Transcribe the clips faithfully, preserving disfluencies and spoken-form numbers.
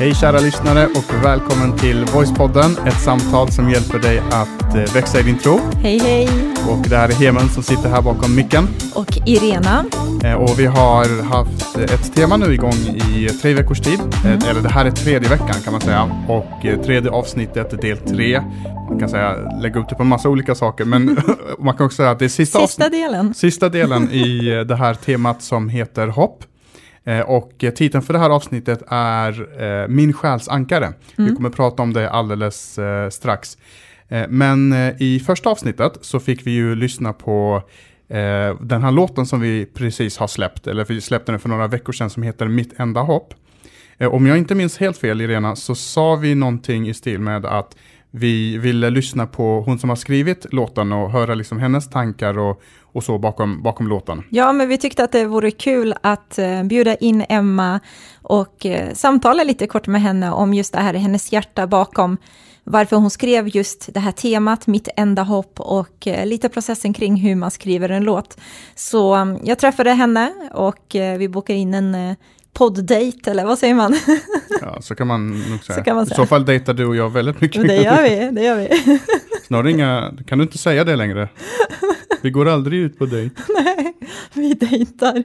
Hej kära lyssnare och välkommen till Voicepodden, ett samtal som hjälper dig att eh, växa i din tro. Hej hej! Och det här är Heman som sitter här bakom micken. Och Irena. Eh, och vi har haft ett tema nu igång i tre veckors tid. Mm. Eh, eller det här är tredje veckan kan man säga. Och eh, tredje avsnittet är del tre. Man kan säga lägga upp det på en massa olika saker. Men man kan också säga att det är sista, sista avsnitt, delen. Sista delen i eh, det här temat som heter hopp. Eh, och eh, titeln för det här avsnittet är eh, Min själs ankare. Mm. Vi kommer prata om det alldeles eh, strax. Eh, men eh, i första avsnittet så fick vi ju lyssna på eh, den här låten som vi precis har släppt. Eller vi släppte den för några veckor sedan som heter Mitt enda hopp. Eh, om jag inte minns helt fel, Irena, så sa vi någonting i stil med att vi ville lyssna på hon som har skrivit låten och höra liksom hennes tankar och, och så bakom, bakom låten. Ja, men vi tyckte att det vore kul att uh, bjuda in Emma och uh, samtala lite kort med henne om just det här, hennes hjärta bakom varför hon skrev just det här temat, Mitt enda hopp, och uh, lite processen kring hur man skriver en låt. Så um, jag träffade henne och uh, vi bokade in en uh, podd-date, eller vad säger man? Ja, så kan man nog säga. Så kan man säga. I så fall dejtar du och jag väldigt mycket. Det gör vi, det gör vi. Snarare inga, kan du inte säga det längre? Vi går aldrig ut på dejt. Nej, vi dejtar.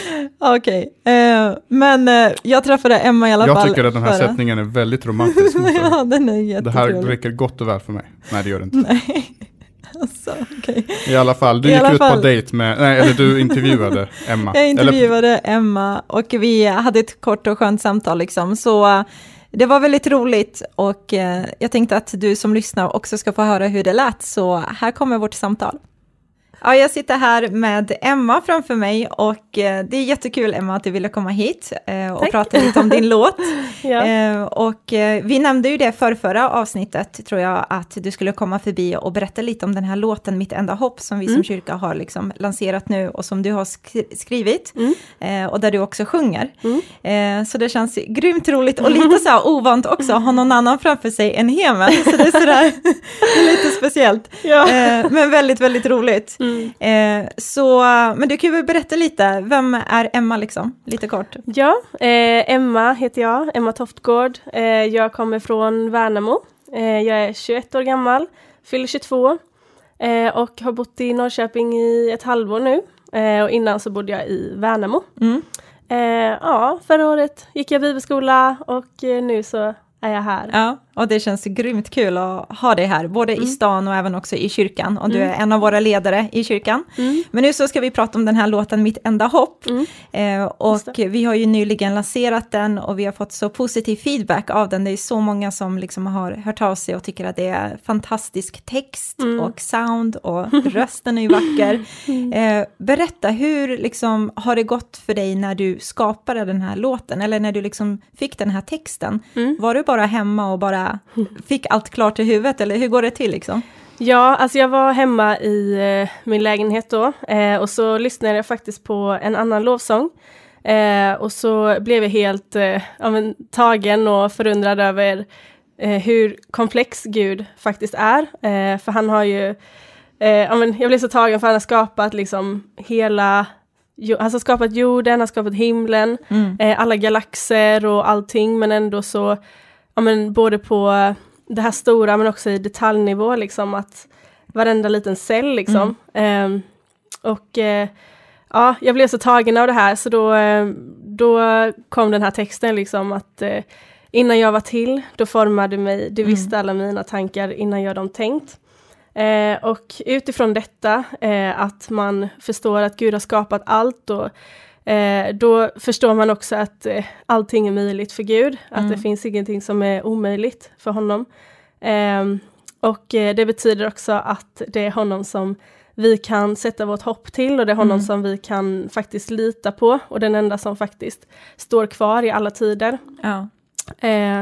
Okej, okay. eh, men eh, jag träffade Emma i alla jag fall. Jag tycker att den här förra. sättningen är väldigt romantisk. Ja, den är jättetrevlig. Det här räcker gott och väl för mig. Nej, det gör det inte. Nej. Alltså, okay. I alla fall, du I gick ut fall. på dejt med, nej, eller du intervjuade Emma. Jag intervjuade eller... Emma och vi hade ett kort och skönt samtal liksom, så det var väldigt roligt och eh, jag tänkte att du som lyssnar också ska få höra hur det lät, så här kommer vårt samtal. Ja, jag sitter här med Emma framför mig och eh, det är jättekul, Emma, att du ville komma hit eh, och Tack. prata lite om din låt. Ja. Eh, och eh, vi nämnde ju det för förra avsnittet, tror jag, att du skulle komma förbi och berätta lite om den här låten Mitt enda hopp som vi mm. som kyrka har liksom lanserat nu och som du har skri- skrivit mm. eh, och där du också sjunger. Mm. Eh, så det känns grymt roligt och lite så här ovant också att ha någon annan framför sig än Heman. Så det är sådär lite speciellt. Ja. Eh, men väldigt, väldigt roligt. Mm. Eh, så, men du kan ju berätta lite, vem är Emma liksom, lite kort? Ja, eh, Emma heter jag, Emma Toftgård. Eh, jag kommer från Värnamo. Eh, jag är tjugoett år gammal, fyller tjugotvå eh, och har bott i Norrköping i ett halvår nu. Eh, och innan så bodde jag i Värnamo. Mm. Eh, ja, förra året gick jag bibelskola och eh, nu så är jag här. Ja, och det känns grymt kul att ha dig här, både mm. i stan och även också i kyrkan. Och mm. du är en av våra ledare i kyrkan. Mm. Men nu så ska vi prata om den här låten Mitt enda hopp. Mm. Eh, och vi har ju nyligen lanserat den och vi har fått så positiv feedback av den. Det är så många som liksom har hört av sig och tycker att det är fantastisk text mm. och sound och rösten är ju vacker. Mm. Eh, berätta, hur liksom har det gått för dig när du skapade den här låten? Eller när du liksom fick den här texten? Mm. Var du bara hemma och bara fick allt klart i huvudet, eller hur går det till liksom? Ja, alltså jag var hemma i eh, min lägenhet då eh, och så lyssnade jag faktiskt på en annan lovsång eh, och så blev jag helt eh, ja, men, tagen och förundrad över eh, hur komplex Gud faktiskt är, eh, för han har ju eh, ja, men, jag blev så tagen för han har skapat liksom hela Jo, han har skapat jorden, han har skapat himlen, mm. eh, alla galaxer och allting, men ändå så, ja men både på det här stora men också i detaljnivå liksom, att varenda liten cell liksom. Mm. Eh, och eh, ja, jag blev så tagen av det här, så då, eh, då kom den här texten liksom att eh, innan jag var till, då formade mig, du visste mm. alla mina tankar innan jag dem tänkt. Eh, och utifrån detta, eh, att man förstår att Gud har skapat allt, och eh, då förstår man också att eh, allting är möjligt för Gud, mm. att det finns ingenting som är omöjligt för honom. Eh, och eh, det betyder också att det är honom som vi kan sätta vårt hopp till, och det är honom mm. som vi kan faktiskt lita på, och den enda som faktiskt står kvar i alla tider. Ja. Eh,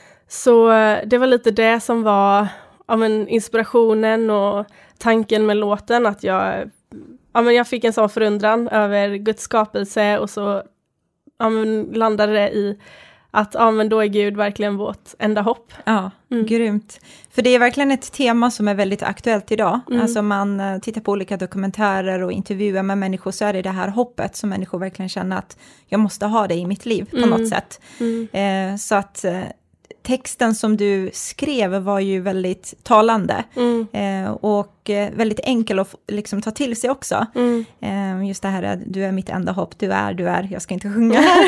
så det var lite det som var ja, men inspirationen och tanken med låten, att jag, ja, men jag fick en sån förundran över Guds skapelse, och så ja, men landade det i att ja, men då är Gud verkligen vårt enda hopp. Ja, mm. grymt. För det är verkligen ett tema som är väldigt aktuellt idag. Mm. Alltså man uh, tittar på olika dokumentärer och intervjuer med människor, så är det det här hoppet som människor verkligen känner att jag måste ha det i mitt liv på mm. något sätt. Mm. Uh, så att uh, texten som du skrev var ju väldigt talande mm. uh, och uh, väldigt enkel att liksom ta till sig också. Mm. Uh, just det här, du är mitt enda hopp, du är, du är, jag ska inte sjunga här.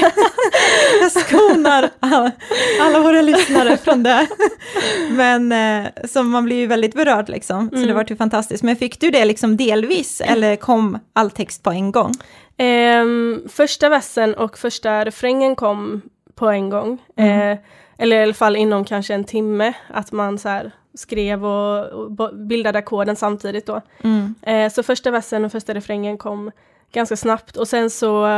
Jag skonar alla, alla våra lyssnare från det. Men eh, så man blir ju väldigt berörd liksom. Så mm. det var ju fantastiskt. Men fick du det liksom delvis eller kom all text på en gång? Um, första versen och första refrängen kom på en gång. Mm. Eh, eller i alla fall inom kanske en timme. Att man så här skrev och, och bildade ackorden samtidigt då. Mm. Eh, så första versen och första refrängen kom ganska snabbt. Och sen så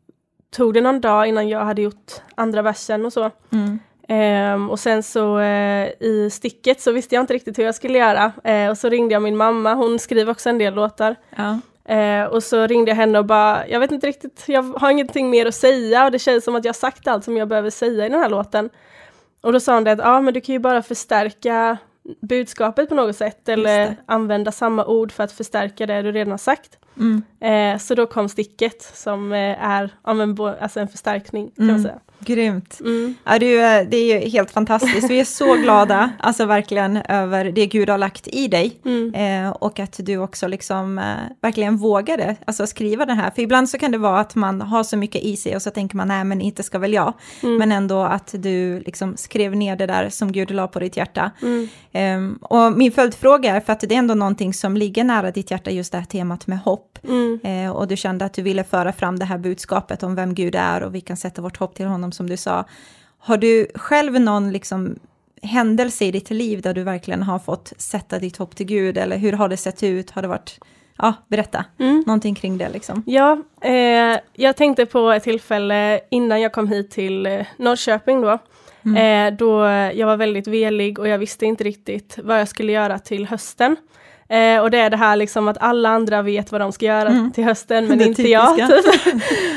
tog det någon dag innan jag hade gjort andra versen och så. Mm. Um, och sen så uh, i sticket så visste jag inte riktigt hur jag skulle göra. Uh, och så ringde jag min mamma, hon skriver också en del låtar. Ja. Uh, och så ringde jag henne och bara, jag vet inte riktigt, jag har ingenting mer att säga. Och det känns som att jag har sagt allt som jag behöver säga i den här låten. Och då sa hon det att, ja men du kan ju bara förstärka budskapet på något sätt. Eller använda samma ord för att förstärka det du redan har sagt. Mm. Eh, så då kom sticket som eh, är ja, men, bo, alltså en förstärkning kan mm. man säga. Grymt. Mm. Ja, det, är ju, det är ju helt fantastiskt. Vi är så glada, alltså verkligen över det Gud har lagt i dig. Mm. Eh, och att du också liksom eh, verkligen vågade alltså skriva den här. För ibland så kan det vara att man har så mycket i sig och så tänker man, nej men inte ska väl jag. Mm. Men ändå att du liksom skrev ner det där som Gud la på ditt hjärta. Mm. Eh, och min följdfråga är, för att det är ändå någonting som ligger nära ditt hjärta, just det här temat med hopp. Mm. Eh, och du kände att du ville föra fram det här budskapet om vem Gud är och vi kan sätta vårt hopp till honom som du sa. Har du själv någon liksom händelse i ditt liv där du verkligen har fått sätta ditt hopp till Gud, eller hur har det sett ut? Har det varit, ja berätta, mm. någonting kring det liksom. Ja, eh, jag tänkte på ett tillfälle innan jag kom hit till eh, Norrköping då. Mm. Eh, då jag var väldigt velig och jag visste inte riktigt vad jag skulle göra till hösten. Eh, och det är det här liksom att alla andra vet vad de ska göra mm. till hösten, men inte jag. Typ.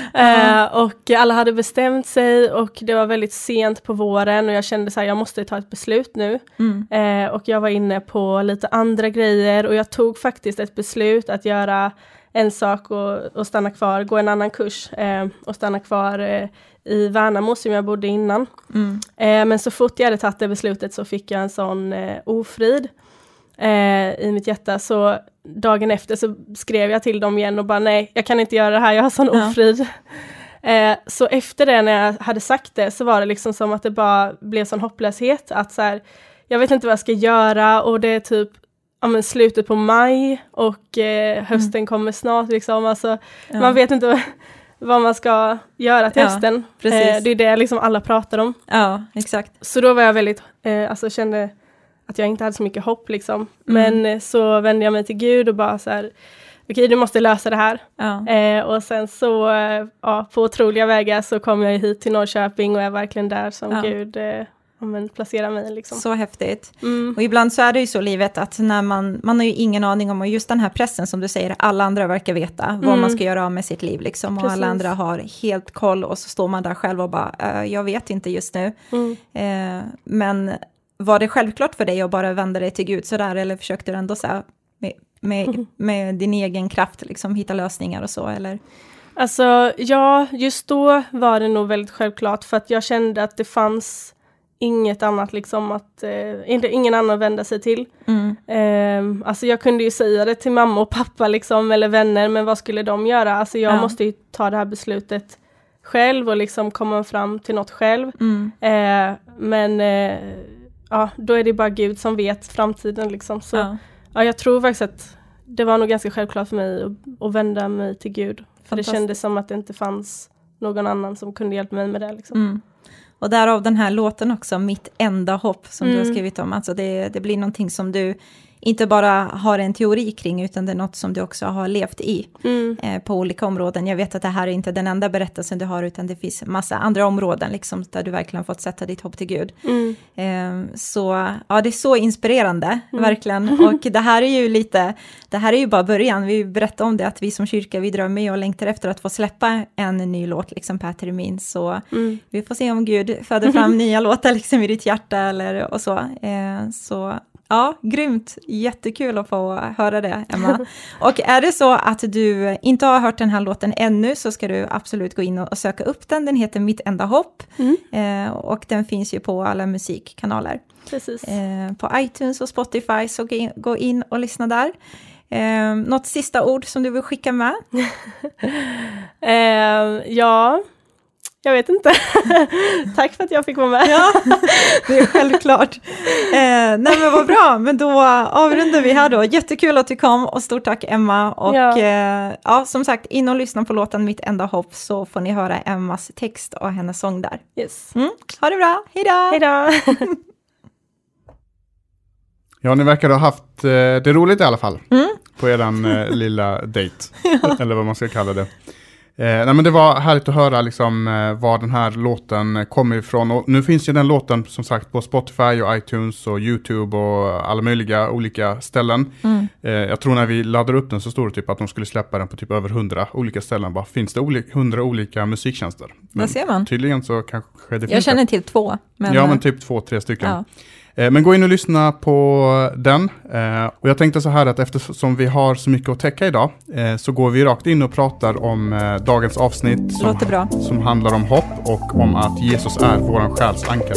eh, och alla hade bestämt sig och det var väldigt sent på våren och jag kände så här, jag måste ta ett beslut nu. Mm. Eh, och jag var inne på lite andra grejer och jag tog faktiskt ett beslut att göra en sak och, och stanna kvar, gå en annan kurs eh, och stanna kvar eh, i Värnamo som jag bodde innan. Mm. Eh, men så fort jag hade tagit det beslutet så fick jag en sån eh, ofrid Eh, i mitt hjärta, så dagen efter så skrev jag till dem igen och bara nej, jag kan inte göra det här, jag har sån ja. ofrid. Eh, så efter det, när jag hade sagt det, så var det liksom som att det bara blev sån hopplöshet att så här, jag vet inte vad jag ska göra och det är typ ja, men slutet på maj och eh, hösten mm. kommer snart liksom, alltså ja. man vet inte vad man ska göra till ja, hösten. Eh, det är det liksom alla pratar om. Ja, exakt. Så då var jag väldigt, eh, alltså kände att jag inte hade så mycket hopp liksom. Mm. Men så vände jag mig till Gud och bara så här, okej okay, du måste lösa det här. Ja. Eh, och sen så, eh, ja, på otroliga vägar så kom jag hit till Norrköping och är verkligen där som ja. Gud eh, men, placerar mig liksom. Så häftigt. Mm. Och ibland så är det ju så i livet att när man, man har ju ingen aning om, och just den här pressen som du säger, alla andra verkar veta mm. vad man ska göra av med sitt liv liksom. Och alla andra har helt koll och så står man där själv och bara, äh, jag vet inte just nu. Mm. Eh, men var det självklart för dig att bara vända dig till Gud sådär, eller försökte du ändå så här, med, med, mm. med din egen kraft liksom hitta lösningar och så, eller? Alltså, ja, just då var det nog väldigt självklart, för att jag kände att det fanns inget annat liksom att, eh, inte, ingen annan att vända sig till. Mm. Eh, alltså jag kunde ju säga det till mamma och pappa liksom, eller vänner, men vad skulle de göra? Alltså jag ja. måste ju ta det här beslutet själv och liksom komma fram till något själv. Mm. Eh, men eh, ja, då är det bara Gud som vet framtiden liksom. Så ja. ja, jag tror faktiskt att det var nog ganska självklart för mig att, att vända mig till Gud. För det kändes som att det inte fanns någon annan som kunde hjälpa mig med det liksom. Mm. Och därav den här låten också, Mitt enda hopp, som mm. du har skrivit om. Alltså det, det blir någonting som du inte bara har en teori kring, utan det är något som du också har levt i mm. eh, på olika områden. Jag vet att det här är inte den enda berättelsen du har, utan det finns massa andra områden liksom, där du verkligen fått sätta ditt hopp till Gud. Mm. Eh, så ja, det är så inspirerande, mm. verkligen. Och det här är ju lite, det här är ju bara början. Vi berättade om det, att vi som kyrka, vi drömmer och längtar efter att få släppa en ny låt, liksom per termin. Så mm. vi får se om Gud föder fram nya låtar liksom i ditt hjärta eller och så. Eh, så ja, grymt. Jättekul att få höra det, Emma. Och är det så att du inte har hört den här låten ännu, så ska du absolut gå in och söka upp den. Den heter Mitt enda hopp. Mm. Eh, och den finns ju på alla musikkanaler. Precis. Eh, på iTunes och Spotify, så gå in, gå in och lyssna där. Eh, något sista ord som du vill skicka med? eh, ja... Jag vet inte. Tack för att jag fick vara med. Ja, det är självklart. Eh, nej men vad bra, men då avrundar vi här då. Jättekul att du kom och stort tack Emma. Och ja. Eh, ja, som sagt, in och lyssna på låten Mitt enda hopp, så får ni höra Emmas text och hennes sång där. Yes. Mm. Ha det bra, hejdå! Hejdå! Ja, ni verkar ha haft eh, det roligt i alla fall. Mm. På eran eh, lilla dejt. Ja. Eller vad man ska kalla det. Eh, nej men det var härligt att höra liksom, eh, var den här låten kommer ifrån. Och nu finns ju den låten som sagt på Spotify och iTunes och YouTube och alla möjliga olika ställen. Mm. Eh, jag tror när vi laddade upp den så stod det typ att de skulle släppa den på typ över hundra olika ställen. Bara, finns det oli- hundra olika musiktjänster? Vad ser man? Tydligen så kanske det finns. Jag känner till två. Men... Ja men typ två, tre stycken. Ja. Men gå in och lyssna på den. Och jag tänkte så här att eftersom vi har så mycket att täcka idag, så går vi rakt in och pratar om dagens avsnitt som, bra. som handlar om hopp och om att Jesus är våran själs ankare.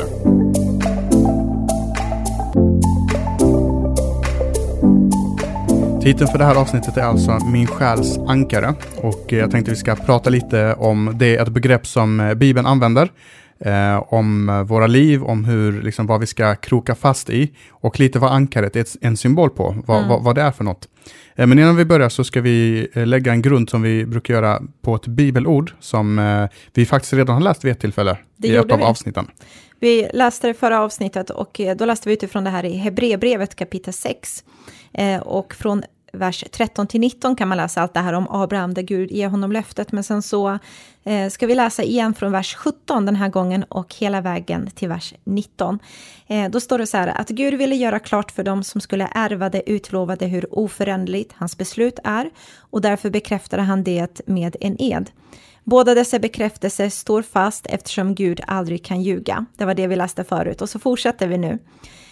Titeln för det här avsnittet är alltså Min själs ankare. Och jag tänkte vi ska prata lite om det, ett begrepp som Bibeln använder. Eh, om våra liv, om hur, liksom, vad vi ska kroka fast i och lite vad ankaret är en symbol på, vad, mm. vad, vad det är för något. Eh, men innan vi börjar så ska vi eh, lägga en grund som vi brukar göra på ett bibelord som eh, vi faktiskt redan har läst vid ett tillfälle det i ett av vi. avsnitten. Vi läste det förra avsnittet och eh, då läste vi utifrån det här i Hebreerbrevet kapitel sex eh, och från vers tretton till nitton kan man läsa allt det här om Abraham där Gud ger honom löftet. Men sen så eh, ska vi läsa igen från vers sjutton den här gången och hela vägen till vers nitton. Eh, då står det så här att Gud ville göra klart för dem som skulle ärva det utlovade hur oföränderligt hans beslut är, och därför bekräftade han det med en ed. Båda dessa bekräftelser står fast eftersom Gud aldrig kan ljuga. Det var det vi läste förut och så fortsätter vi nu.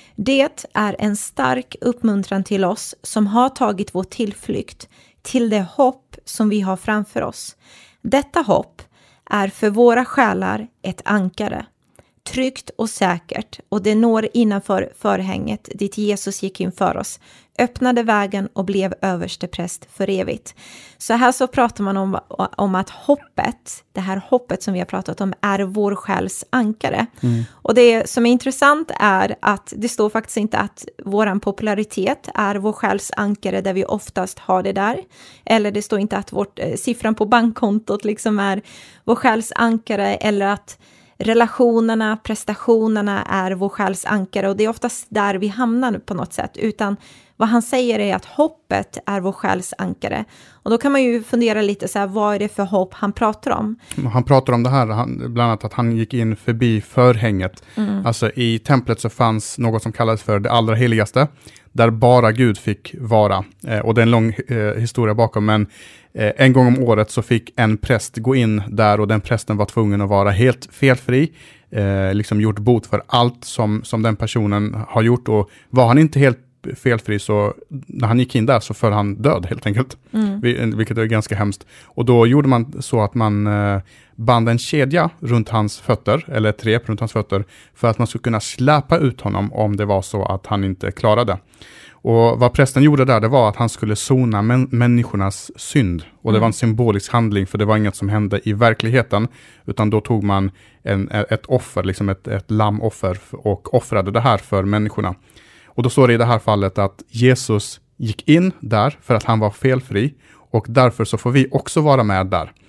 Det är en stark uppmuntran till oss som har tagit vår tillflykt till det hopp som vi har framför oss. Detta hopp är för våra själar ett ankare, tryggt och säkert, och det når innanför förhänget dit Jesus gick in för oss, öppnade vägen och blev överstepräst för evigt. Så här så pratar man om, om att hoppet, det här hoppet som vi har pratat om, är vår själs ankare. Mm. Och det som är intressant är att det står faktiskt inte att våran popularitet är vår själs ankare där vi oftast har det där. Eller det står inte att vårt, eh, siffran på bankkontot liksom är vår själs ankare, eller att relationerna, prestationerna är vår själs ankare, och det är oftast där vi hamnar på något sätt, utan vad han säger är att hoppet är vår själs ankare. Och då kan man ju fundera lite så här, vad är det för hopp han pratar om? Han pratar om det här, han, bland annat att han gick in förbi förhänget. Mm. Alltså i templet så fanns något som kallades för det allra heligaste, där bara Gud fick vara. Eh, och det är en lång eh, historia bakom, men eh, en gång om året så fick en präst gå in där, och den prästen var tvungen att vara helt felfri. Eh, liksom gjort bot för allt som, som den personen har gjort, och var han inte helt felfri så när han gick in där så föll han död helt enkelt. Mm. Vilket är ganska hemskt. Och då gjorde man så att man eh, band en kedja runt hans fötter, eller ett rep runt hans fötter, för att man skulle kunna släpa ut honom om det var så att han inte klarade. Och vad prästen gjorde där, det var att han skulle sona män- människornas synd. Och det mm. var en symbolisk handling, för det var inget som hände i verkligheten, utan då tog man en, ett offer, liksom ett, ett lammoffer, och offrade det här för människorna. Och då står det i det här fallet att Jesus gick in där för att han var felfri, och därför så får vi också vara med där.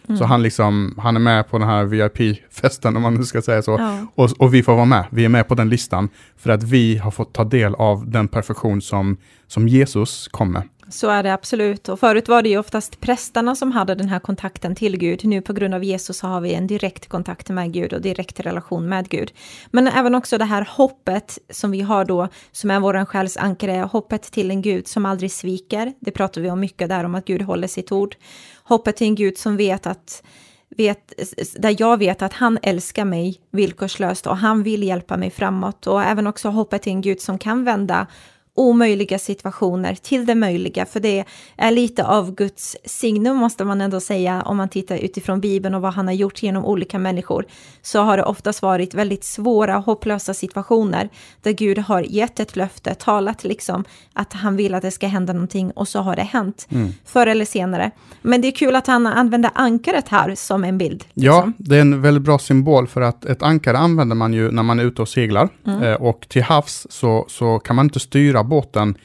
Mm. Så han, liksom, han är med på den här V I P-festen, om man nu ska säga så. Ja. Och, och vi får vara med. Vi är med på den listan för att vi har fått ta del av den perfektion som, som Jesus kom med. Så är det absolut. Och förut var det ju oftast prästerna som hade den här kontakten till Gud. Nu på grund av Jesus så har vi en direkt kontakt med Gud och direkt relation med Gud. Men även också det här hoppet som vi har då, som är våran själs ankare, hoppet till en Gud som aldrig sviker. Det pratar vi om mycket där, om att Gud håller sitt ord. Hoppet till en Gud som vet att Vet, där jag vet att han älskar mig villkorslöst och han vill hjälpa mig framåt. Och även också hoppet till en Gud som kan vända omöjliga situationer till det möjliga, för det är lite av Guds signum, måste man ändå säga. Om man tittar utifrån Bibeln och vad han har gjort genom olika människor, så har det oftast varit väldigt svåra, hopplösa situationer där Gud har gett ett löfte, talat liksom att han vill att det ska hända någonting, och så har det hänt mm. förr eller senare. Men det är kul att han använder ankaret här som en bild. Liksom. Ja, det är en väldigt bra symbol, för att ett ankare använder man ju när man är ute och seglar mm. eh, och till havs så, så kan man inte styra båten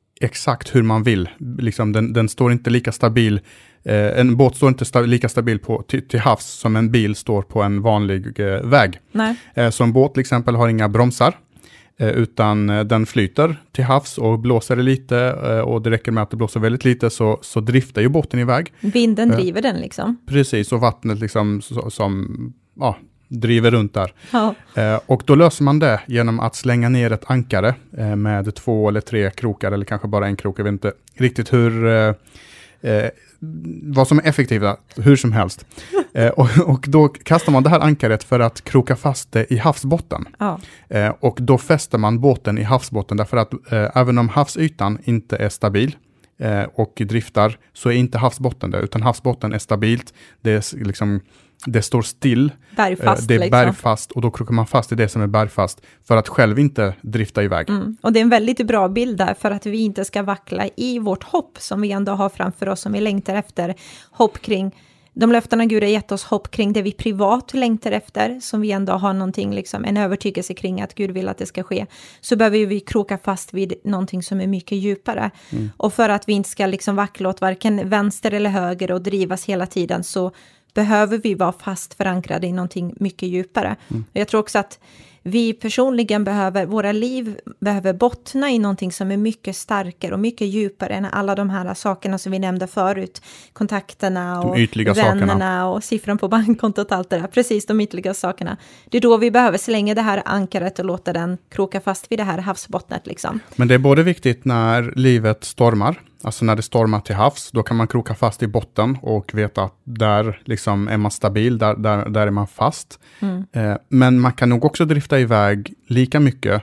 exakt hur man vill. Liksom den, den står inte lika stabil. Eh, en båt står inte sta- lika stabil på, till, till havs som en bil står på en vanlig eh, väg. Nej. Eh, så en båt till exempel har inga bromsar. Eh, utan eh, den flyter till havs, och blåser det lite eh, och det räcker med att det blåser väldigt lite, så, så driftar ju båten iväg. Vinden eh, driver den liksom. Precis, och vattnet liksom så, som ja, driver runt där. Ja. Eh, och då löser man det genom att slänga ner ett ankare eh, med två eller tre krokar, eller kanske bara en krok. Jag vet inte riktigt hur eh, eh, vad som är effektivt, hur som helst. eh, och, och då kastar man det här ankaret för att kroka fast det i havsbotten. Ja. Eh, och då fäster man båten i havsbotten, därför att eh, även om havsytan inte är stabil eh, och driftar, så är inte havsbotten det, utan havsbotten är stabilt. Det är liksom Det står still, bergfast, det är liksom. bergfast, och då krokar man fast i det som är bergfast för att själv inte drifta iväg. Mm. Och det är en väldigt bra bild där, för att vi inte ska vackla i vårt hopp som vi ändå har framför oss, som vi längtar efter. Hopp kring de löftena Gud har gett oss, hopp kring det vi privat längtar efter, som vi ändå har någonting, liksom, en övertygelse kring att Gud vill att det ska ske. Så behöver vi kroka fast vid någonting som är mycket djupare. Mm. Och för att vi inte ska liksom vackla åt varken vänster eller höger och drivas hela tiden, så behöver vi vara fast förankrade i någonting mycket djupare. Mm. Jag tror också att vi personligen behöver, våra liv behöver bottna i någonting som är mycket starkare och mycket djupare än alla de här sakerna som vi nämnde förut. Kontakterna och vännerna sakerna. Och siffran på bankkontot och allt det där. Precis, de ytliga sakerna. Det är då vi behöver slänga det här ankaret och låta den kroka fast vid det här havsbottnet. Liksom. Men det är både viktigt när livet stormar, alltså när det stormar till havs, då kan man kroka fast i botten och veta att där liksom är man stabil, där, där, där är man fast. Mm. Eh, men man kan nog också drifta iväg lika mycket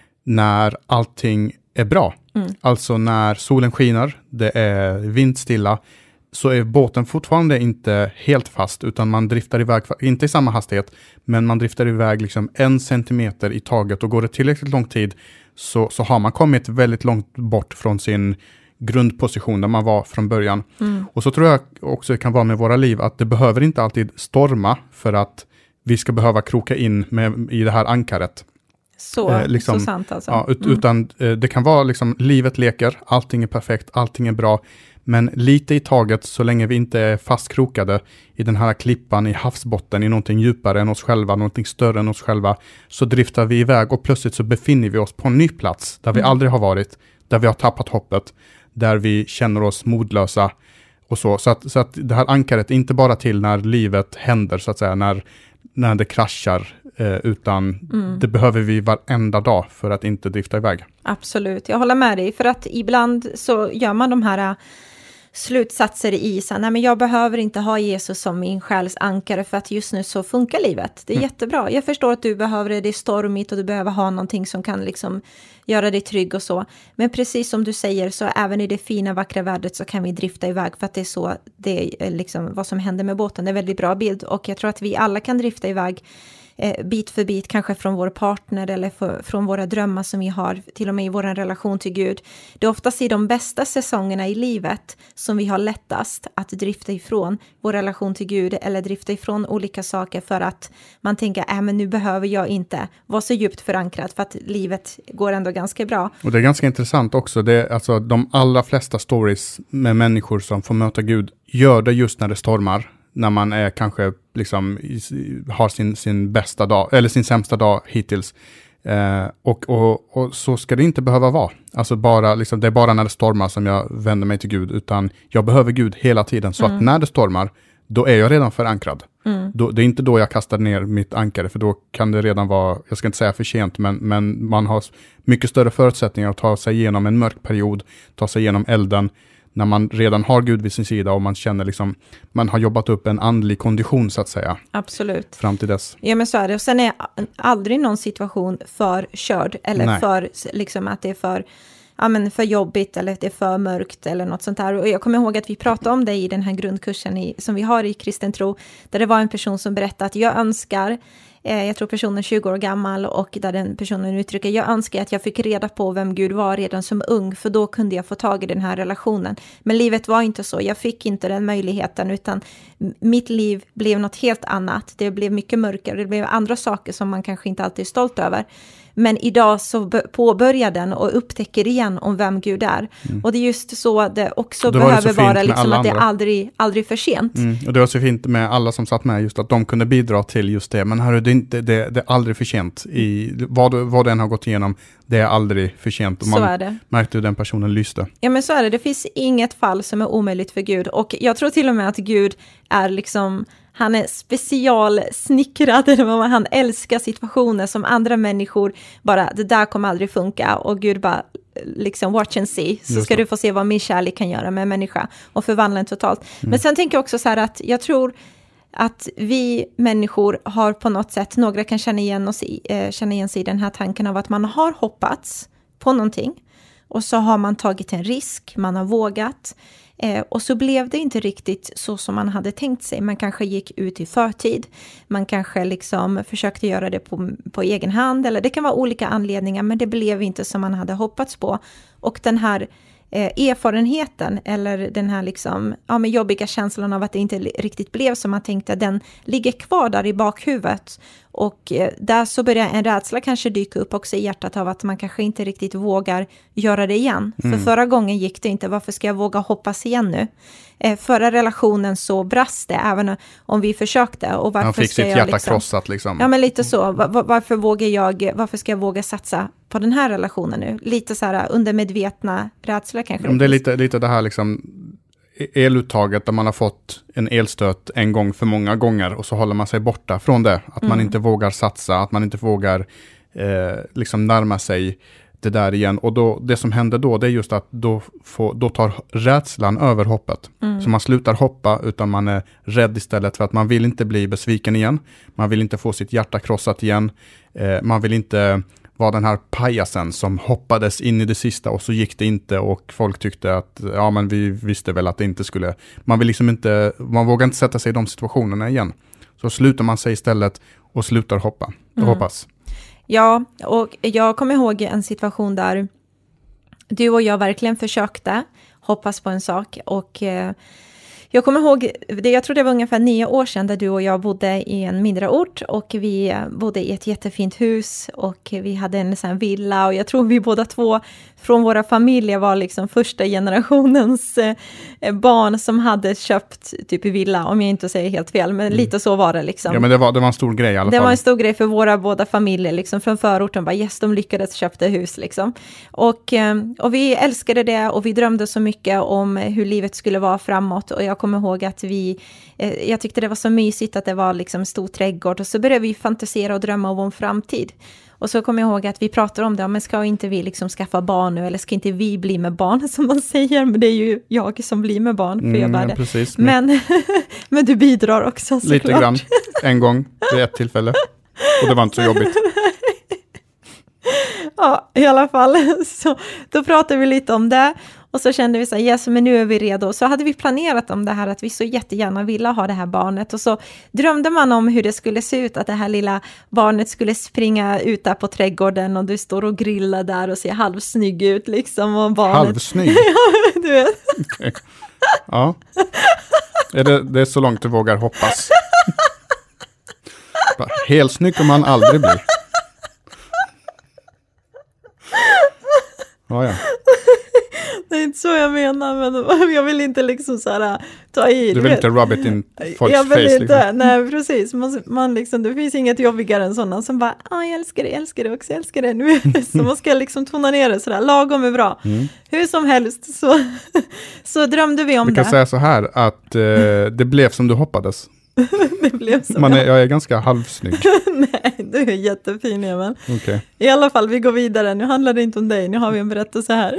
när allting är bra. Mm. Alltså när solen skiner, det är vindstilla, så är båten fortfarande inte helt fast, utan man driftar iväg, inte i samma hastighet, men man driftar iväg liksom en centimeter i taget, och går det tillräckligt lång tid så, så har man kommit väldigt långt bort från sin grundposition där man var från början. Mm. Och så tror jag också det kan vara med våra liv, att det behöver inte alltid storma för att vi ska behöva kroka in med, i det här ankaret. Så, eh, liksom, så sant alltså. Ja, ut, mm. Utan eh, det kan vara liksom, livet leker, allting är perfekt, allting är bra, men lite i taget, så länge vi inte är fastkrokade i den här klippan i havsbotten, i någonting djupare än oss själva, någonting större än oss själva, så driftar vi iväg och plötsligt så befinner vi oss på en ny plats där vi mm. aldrig har varit, där vi har tappat hoppet, där vi känner oss modlösa och så. Så att, så att det här ankaret är inte bara till när livet händer, så att säga, när, när det kraschar, eh, utan mm. det behöver vi varenda dag för att inte drifta iväg. Absolut, jag håller med dig, för att ibland så gör man de här slutsatser i isen. Nej, men jag behöver inte ha Jesus som min själs ankare, för att just nu så funkar livet. Det är mm. jättebra. Jag förstår att du behöver det, det är stormigt och du behöver ha någonting som kan liksom göra dig trygg och så. Men precis som du säger, så även i det fina, vackra vädret så kan vi drifta iväg, för att det är så, det är liksom vad som händer med båten. Det är en väldigt bra bild, och jag tror att vi alla kan drifta iväg eh, bit för bit, kanske från vår partner eller för, från våra drömmar som vi har, till och med i vår relation till Gud. Det är oftast i de bästa säsongerna i livet som vi har lättast att drifta ifrån vår relation till Gud, eller drifta ifrån olika saker, för att man tänker, äh, men nu behöver jag inte vara så djupt förankrat, för att livet går ändå ganska bra. Och det är ganska intressant också, det är alltså de allra flesta stories med människor som får möta Gud gör det just när det stormar. när man är kanske liksom har sin, sin bästa dag, eller sin sämsta dag hittills. Eh, och, och, och så ska det inte behöva vara. Alltså bara, liksom, det är bara när det stormar som jag vänder mig till Gud, utan jag behöver Gud hela tiden. Så mm. att när det stormar, då är jag redan förankrad. Mm. Då, det är inte då jag kastar ner mitt ankare, för då kan det redan vara, jag ska inte säga för sent, men, men man har mycket större förutsättningar att ta sig igenom en mörk period, ta sig igenom elden, när man redan har Gud vid sin sida och man känner liksom, man har jobbat upp en andlig kondition så att säga. Absolut. Fram till dess. Ja, men så är det. Och sen är aldrig någon situation för körd eller Nej. för liksom att det är för, ja, men för jobbigt eller att det är för mörkt eller något sånt där. Och jag kommer ihåg att vi pratade om det i den här grundkursen i, som vi har i kristen tro, där det var en person som berättade att jag önskar, eh, jag tror personen är tjugo år gammal, och där den personen uttrycker, jag önskar att jag fick reda på vem Gud var redan som ung, för då kunde jag få tag i den här relationen. Men livet var inte så, jag fick inte den möjligheten, utan mitt liv blev något helt annat. Det blev mycket mörkare, det blev andra saker som man kanske inte alltid är stolt över. Men idag så påbörjar den och upptäcker igen om vem Gud är. Mm. Och det är just så det också det behöver det vara, liksom, att det är aldrig, aldrig för sent. Mm. Och det var så fint med alla som satt med, just att de kunde bidra till just det. Men hörru, det är, inte, det, det är aldrig för sent. I, vad, vad den har gått igenom, det är aldrig för sent. Och man så är det. Märkte hur den personen lyste. Ja, men så är det. Det finns inget fall som är omöjligt för Gud. Och jag tror till och med att Gud är liksom... Han är specialsnickrad, han älskar situationer som andra människor bara, det där kommer aldrig funka, och Gud bara, liksom watch and see, så ska du få se vad min kärlek kan göra med en människa och förvandla den totalt. Mm. Men sen tänker jag också så här att jag tror att vi människor har på något sätt, några kan känna igen, oss i, eh, känna igen sig i den här tanken av att man har hoppats på någonting, och så har man tagit en risk, man har vågat. Eh, och så blev det inte riktigt så som man hade tänkt sig. Man kanske gick ut i förtid. Man kanske liksom försökte göra det på, på egen hand. Eller det kan vara olika anledningar, men det blev inte som man hade hoppats på. Och den här eh, erfarenheten, eller den här liksom, ja, med jobbiga känslan av att det inte riktigt blev som man tänkte, den ligger kvar där i bakhuvudet. Och eh, där så börjar en rädsla kanske dyka upp också i hjärtat av att man kanske inte riktigt vågar göra det igen. Mm. För förra gången gick det inte, varför ska jag våga hoppas igen nu? Eh, förra relationen så brast det, även om vi försökte. Och varför Han fick ska sitt jag hjärta liksom, krossat liksom. Ja, men lite så. Var, varför vågar jag, varför ska jag våga satsa på den här relationen nu? Lite så här undermedvetna rädsla kanske. Ja, det är lite, lite det här liksom eluttaget där man har fått en elstöt en gång för många gånger, och så håller man sig borta från det. Att mm. man inte vågar satsa, att man inte vågar eh, liksom närma sig det där igen. Och då, det som händer då, det är just att då, får, då tar rädslan över hoppet. Mm. Så man slutar hoppa, utan man är rädd istället, för att man vill inte bli besviken igen. Man vill inte få sitt hjärta krossat igen. Eh, man vill inte var den här pajasen som hoppades in i det sista, och så gick det inte, och folk tyckte att ja, men vi visste väl att det inte skulle. Man vill liksom inte, man vågar inte sätta sig i de situationerna igen. Så slutar man sig istället och slutar hoppa och mm. hoppas. Ja, och jag kommer ihåg en situation där du och jag verkligen försökte hoppas på en sak, och eh, jag kommer ihåg, det, jag tror det var ungefär nio år sedan, där du och jag bodde i en mindre ort, och vi bodde i ett jättefint hus, och vi hade en sån här villa, och jag tror vi båda två från våra familjer var liksom första generationens eh, barn som hade köpt typ i villa, om jag inte säger helt fel, men mm. lite så var det liksom. Ja, men det var, det var en stor grej i alla det fall. Det var en stor grej för våra båda familjer liksom, från förorten, bara yes, de lyckades köpa hus liksom. Och, och vi älskade det, och vi drömde så mycket om hur livet skulle vara framåt, och jag kommer ihåg att vi, eh, jag tyckte det var så mysigt att det var liksom en stor trädgård, och så började vi fantisera och drömma om vår framtid. Och så kommer jag ihåg att vi pratade om det, men ska inte vi liksom skaffa barn nu, eller ska inte vi bli med barn, som man säger, men det är ju jag som blir med barn, för mm, jag bara det. Precis, men, men du bidrar också såklart. Lite grann, en gång, vid ett tillfälle, och det var inte så jobbigt. Ja, i alla fall, så då pratade vi lite om det. Och så kände vi så här, yes, men nu är vi redo. Så hade vi planerat om det här, att vi så jättegärna ville ha det här barnet. Och så drömde man om hur det skulle se ut, att det här lilla barnet skulle springa ut där på trädgården, och du står och grillar där och ser halvsnygg ut liksom. Och barnet... Halvsnygg? Ja, du vet. Okay. Ja. Är det, det är så långt du vågar hoppas. Helt snygg kan man aldrig bli. Ja, ja. Det var inte så jag menar, men jag vill inte liksom så här ta i. Du vill inte rub it in folks jag vill face? Inte, liksom. Nej, precis. Man, man liksom, det finns inget jobbigare än sådana som bara, ah, jag älskar det, jag älskar det också, jag älskar det nu. Så man ska liksom tona ner det sådär, lagom är bra. Mm. Hur som helst så, så drömde vi om det. Vi kan det. säga så här, att eh, det blev som du hoppades. Det blev så. Man är, jag är ganska halvsnygg. Nej, du är jättefin, Emil. Okay. I alla fall, vi går vidare. Nu handlar det inte om dig, nu har vi en berättelse här.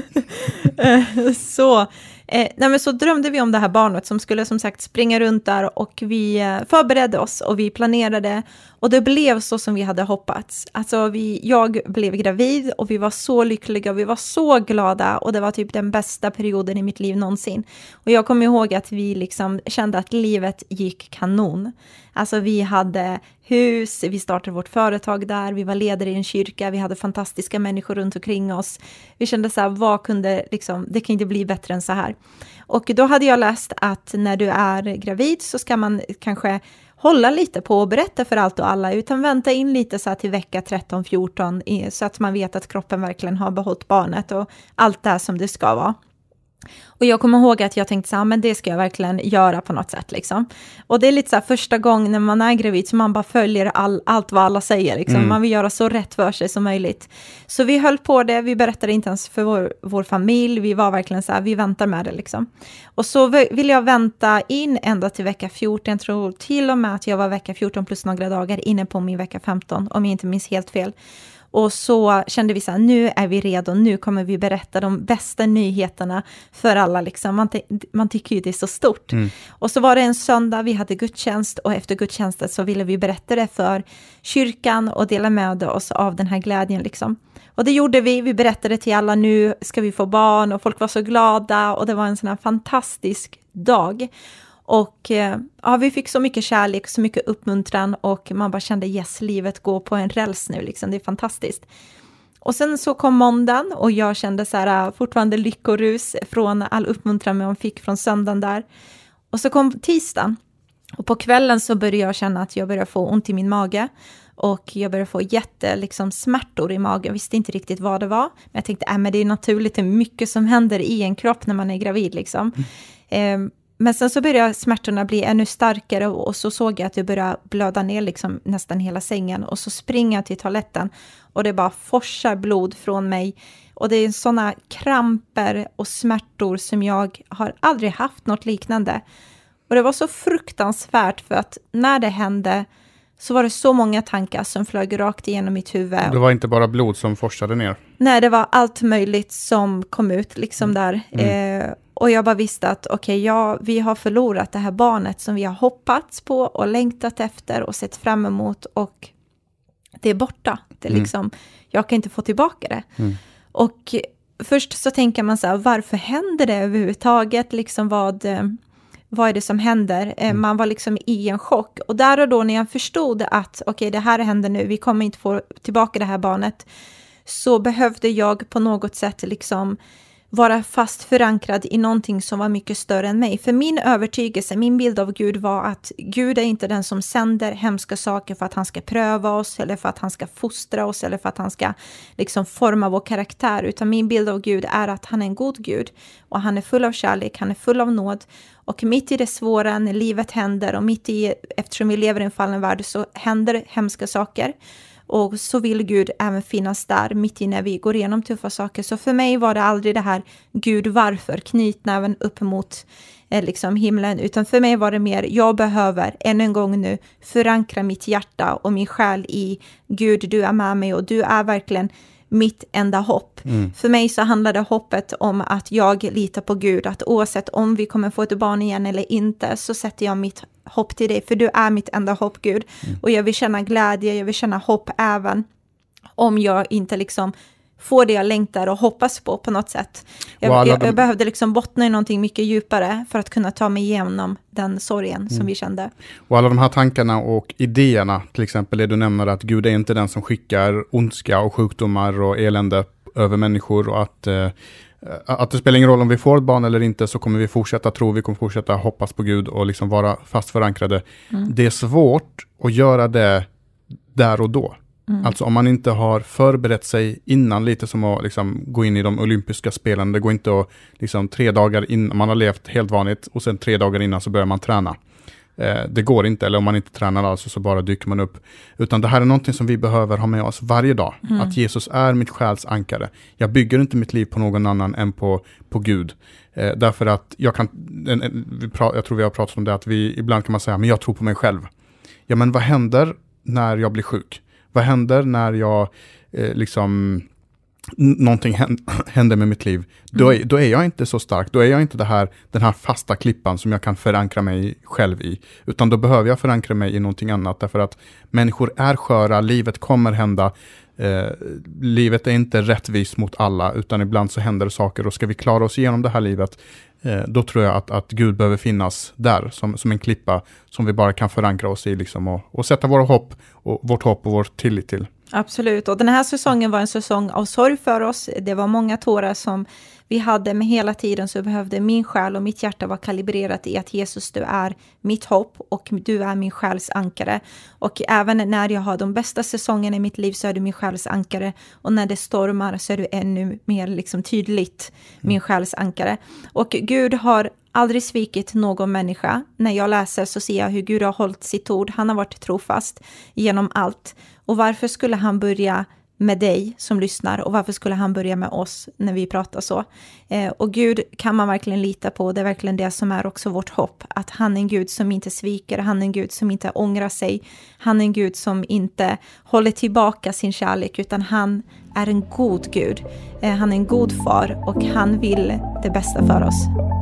så, eh, nej men så drömde vi om det här barnet som skulle som sagt springa runt där, och vi eh, förberedde oss och vi planerade, och det blev så som vi hade hoppats. Alltså vi, jag blev gravid och vi var så lyckliga och vi var så glada, och det var typ den bästa perioden i mitt liv någonsin. Och jag kommer ihåg att vi liksom kände att livet gick kanon. Alltså vi hade hus, vi startade vårt företag där, vi var ledare i en kyrka, vi hade fantastiska människor runt omkring oss. Vi kände så här, vad kunde liksom, det kan inte bli bättre än så här. Och då hade jag läst att när du är gravid så ska man kanske hålla lite på och berätta för allt och alla, utan vänta in lite så här till vecka tretton fjorton så att man vet att kroppen verkligen har behållit barnet och allt det som det ska vara. Och jag kommer ihåg att jag tänkte så här, men det ska jag verkligen göra på något sätt liksom. Och det är lite så här första gången när man är gravid så man bara följer all, allt vad alla säger liksom. Mm. Man vill göra så rätt för sig som möjligt. Så vi höll på det, vi berättade inte ens för vår, vår familj, vi var verkligen så här, vi väntar med det liksom. Och så vill jag vänta in ända till vecka fjorton, jag tror till och med att jag var vecka fjorton plus några dagar inne på min vecka femton, om jag inte minns helt fel. Och så kände vi så här, nu är vi redo, nu kommer vi berätta de bästa nyheterna för alla. Liksom. Man, te- man tycker ju det är så stort. Mm. Och så var det en söndag, vi hade gudstjänst, och efter gudstjänsten så ville vi berätta det för kyrkan och dela med oss av den här glädjen. Liksom. Och det gjorde vi, vi berättade till alla, nu ska vi få barn, och folk var så glada, och det var en sån här fantastisk dag. Och ja, vi fick så mycket kärlek, så mycket uppmuntran, och man bara kände yes, livet går på en räls nu liksom, det är fantastiskt. Och sen så kom måndagen och jag kände så här fortfarande lyckorus från all uppmuntran man fick från söndagen där. Och så kom tisdagen, och på kvällen så började jag känna att jag började få ont i min mage. Och jag började få jätte liksom, smärtor i magen. Jag visste inte riktigt vad det var. Men jag tänkte, äh, men det är naturligt, det är mycket som händer i en kropp när man är gravid liksom. Mm. Eh, Men sen så började smärtorna bli ännu starkare, och så såg jag att det började blöda ner liksom nästan hela sängen. Och så springer jag till toaletten och det bara forsar blod från mig. Och det är sådana kramper och smärtor som jag har aldrig haft något liknande. Och det var så fruktansvärt, för att när det hände så var det så många tankar som flög rakt igenom mitt huvud. Det var inte bara blod som forsade ner? Nej, det var allt möjligt som kom ut liksom där. Mm. Eh, och jag bara visste att okej, okay, ja, vi har förlorat det här barnet som vi har hoppats på och längtat efter och sett fram emot, och det är borta. Det är liksom, mm. jag kan inte få tillbaka det. Mm. Och först så tänker man så här, varför händer det överhuvudtaget? Liksom vad... Vad är det som händer? Mm. Man var liksom i en chock. Och där och då när jag förstod att okej, okay, det här händer nu, vi kommer inte få tillbaka det här barnet, så behövde jag på något sätt liksom vara fast förankrad i någonting som var mycket större än mig. För min övertygelse, min bild av Gud var att Gud är inte den som sänder hemska saker för att han ska pröva oss, eller för att han ska fostra oss, eller för att han ska liksom forma vår karaktär. Utan min bild av Gud är att han är en god Gud, och han är full av kärlek, han är full av nåd. Och mitt i det svåra, när livet händer, och mitt i, eftersom vi lever i en fallen värld, så händer hemska saker. Och så vill Gud även finnas där mitt i när vi går igenom tuffa saker. Så för mig var det aldrig det här Gud varför, knytnäven upp mot eh, liksom himlen. Utan för mig var det mer, jag behöver än en gång nu förankra mitt hjärta och min själ i Gud, du är med mig och du är verkligen mitt enda hopp. Mm. För mig så handlade hoppet om att jag litar på Gud, att oavsett om vi kommer få ett barn igen eller inte, så sätter jag mitt hopp till dig, för du är mitt enda hopp, Gud. Mm. Och jag vill känna glädje, jag vill känna hopp även om jag inte liksom får det jag längtar och hoppas på på något sätt. Jag, jag, jag de... behövde liksom bottna i någonting mycket djupare för att kunna ta mig igenom den sorgen mm. som vi kände. Och alla de här tankarna och idéerna, till exempel det du nämner, att Gud är inte den som skickar ondska och sjukdomar och elände över människor, och att, eh, att det spelar ingen roll om vi får ett barn eller inte, så kommer vi fortsätta tro, vi kommer fortsätta hoppas på Gud och liksom vara fast förankrade. Mm. Det är svårt att göra det där och då. Mm. Alltså om man inte har förberett sig innan, lite som att liksom gå in i de olympiska spelen. Det går inte att liksom, tre dagar innan, man har levt helt vanligt och sen tre dagar innan så börjar man träna. Eh, det går inte, eller om man inte tränar alltså så bara dyker man upp. Utan det här är någonting som vi behöver ha med oss varje dag. Mm. Att Jesus är mitt själs ankare. Jag bygger inte mitt liv på någon annan än på, på Gud. Eh, därför att jag kan, en, en, vi pra, jag tror vi har pratat om det, att vi ibland kan man säga, men jag tror på mig själv. Ja, men vad händer när jag blir sjuk? Vad händer när jag eh, liksom n- någonting händer med mitt liv? Då är, då är jag inte så stark. Då är jag inte det här, den här fasta klippan som jag kan förankra mig själv i. Utan då behöver jag förankra mig i någonting annat. Därför att människor är sköra, livet kommer hända. Eh, livet är inte rättvist mot alla, utan ibland så händer saker. Och ska vi klara oss igenom det här livet, eh, då tror jag att, att Gud behöver finnas där som, som en klippa som vi bara kan förankra oss i liksom, och, och sätta våra hopp och, vårt hopp och vår tillit till. Absolut, och den här säsongen var en säsong av sorg för oss. Det var många tårar som vi hade, men hela tiden så behövde min själ och mitt hjärta vara kalibrerat i att Jesus, du är mitt hopp och du är min själs ankare. Och även när jag har de bästa säsongerna i mitt liv så är du min själs ankare. Och när det stormar så är du ännu mer liksom tydligt min själs ankare. Och Gud har aldrig svikit någon människa. När jag läser så ser jag hur Gud har hållit sitt ord. Han har varit trofast genom allt. Och varför skulle han börja med dig som lyssnar, och varför skulle han börja med oss när vi pratar så? Eh, och Gud kan man verkligen lita på. Det är verkligen det som är också vårt hopp. Att han är en Gud som inte sviker. Han är en Gud som inte ångrar sig. Han är en Gud som inte håller tillbaka sin kärlek, utan han är en god Gud. Eh, han är en god far och han vill det bästa för oss.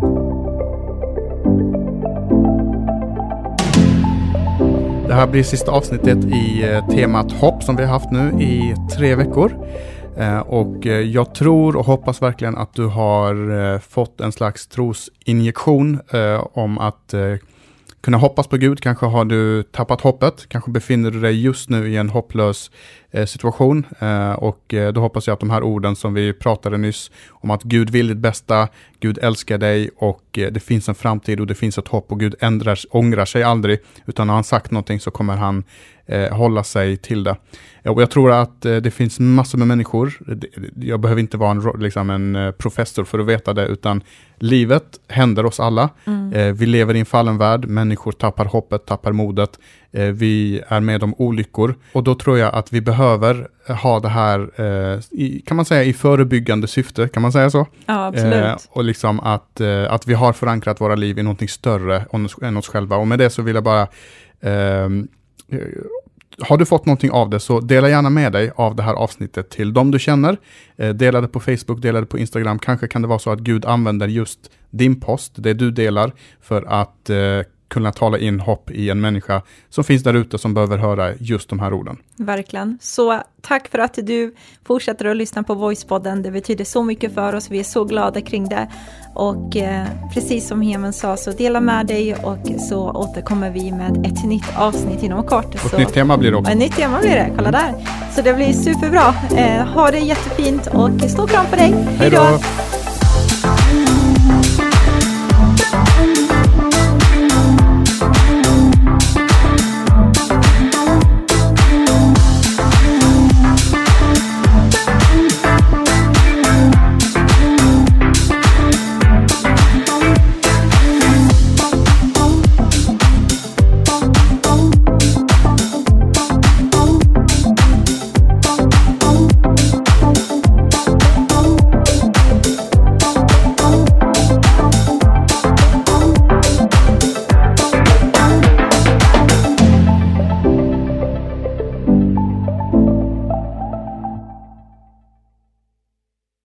Det här blir sista avsnittet i eh, temat hopp som vi har haft nu i tre veckor. Eh, och eh, jag tror och hoppas verkligen att du har eh, fått en slags trosinjektion eh, om att eh, kunna hoppas på Gud. Kanske har du tappat hoppet. Kanske befinner du dig just nu i en hopplös eh, situation. Eh, och eh, då hoppas jag att de här orden som vi pratade nyss om att Gud vill ditt bästa, Gud älskar dig och eh, det finns en framtid och det finns ett hopp och Gud ändrar, ångrar sig aldrig. Utan när han sagt någonting så kommer han eh, hålla sig till det. Och jag tror att eh, det finns massor med människor. Jag behöver inte vara en, liksom en professor för att veta det, utan livet händer oss alla. Mm. Eh, vi lever i en fallen värld. Människor tappar hoppet, tappar modet. Eh, vi är med om olyckor. Och då tror jag att vi behöver ha det här, eh, i, kan man säga, i förebyggande syfte. Kan man säga så? Ja, absolut. Eh, och liksom att, eh, att vi har förankrat våra liv i någonting större än oss själva. Och med det så vill jag bara... Eh, har du fått någonting av det, så dela gärna med dig av det här avsnittet till dem du känner. Eh, dela det på Facebook, dela det på Instagram. Kanske kan det vara så att Gud använder just din post, det du delar, för att eh, kunna tala in hopp i en människa som finns där ute som behöver höra just de här orden. Verkligen. Så tack för att du fortsätter att lyssna på Voicepodden. Det betyder så mycket för oss. Vi är så glada kring det. Och eh, precis som Hemen sa, så dela med dig och så återkommer vi med ett nytt avsnitt inom kort. Och ett nytt tema blir det också. Ett nytt tema blir det, kolla där. Så det blir superbra. Eh, ha det jättefint och stå fram för dig. Hej då!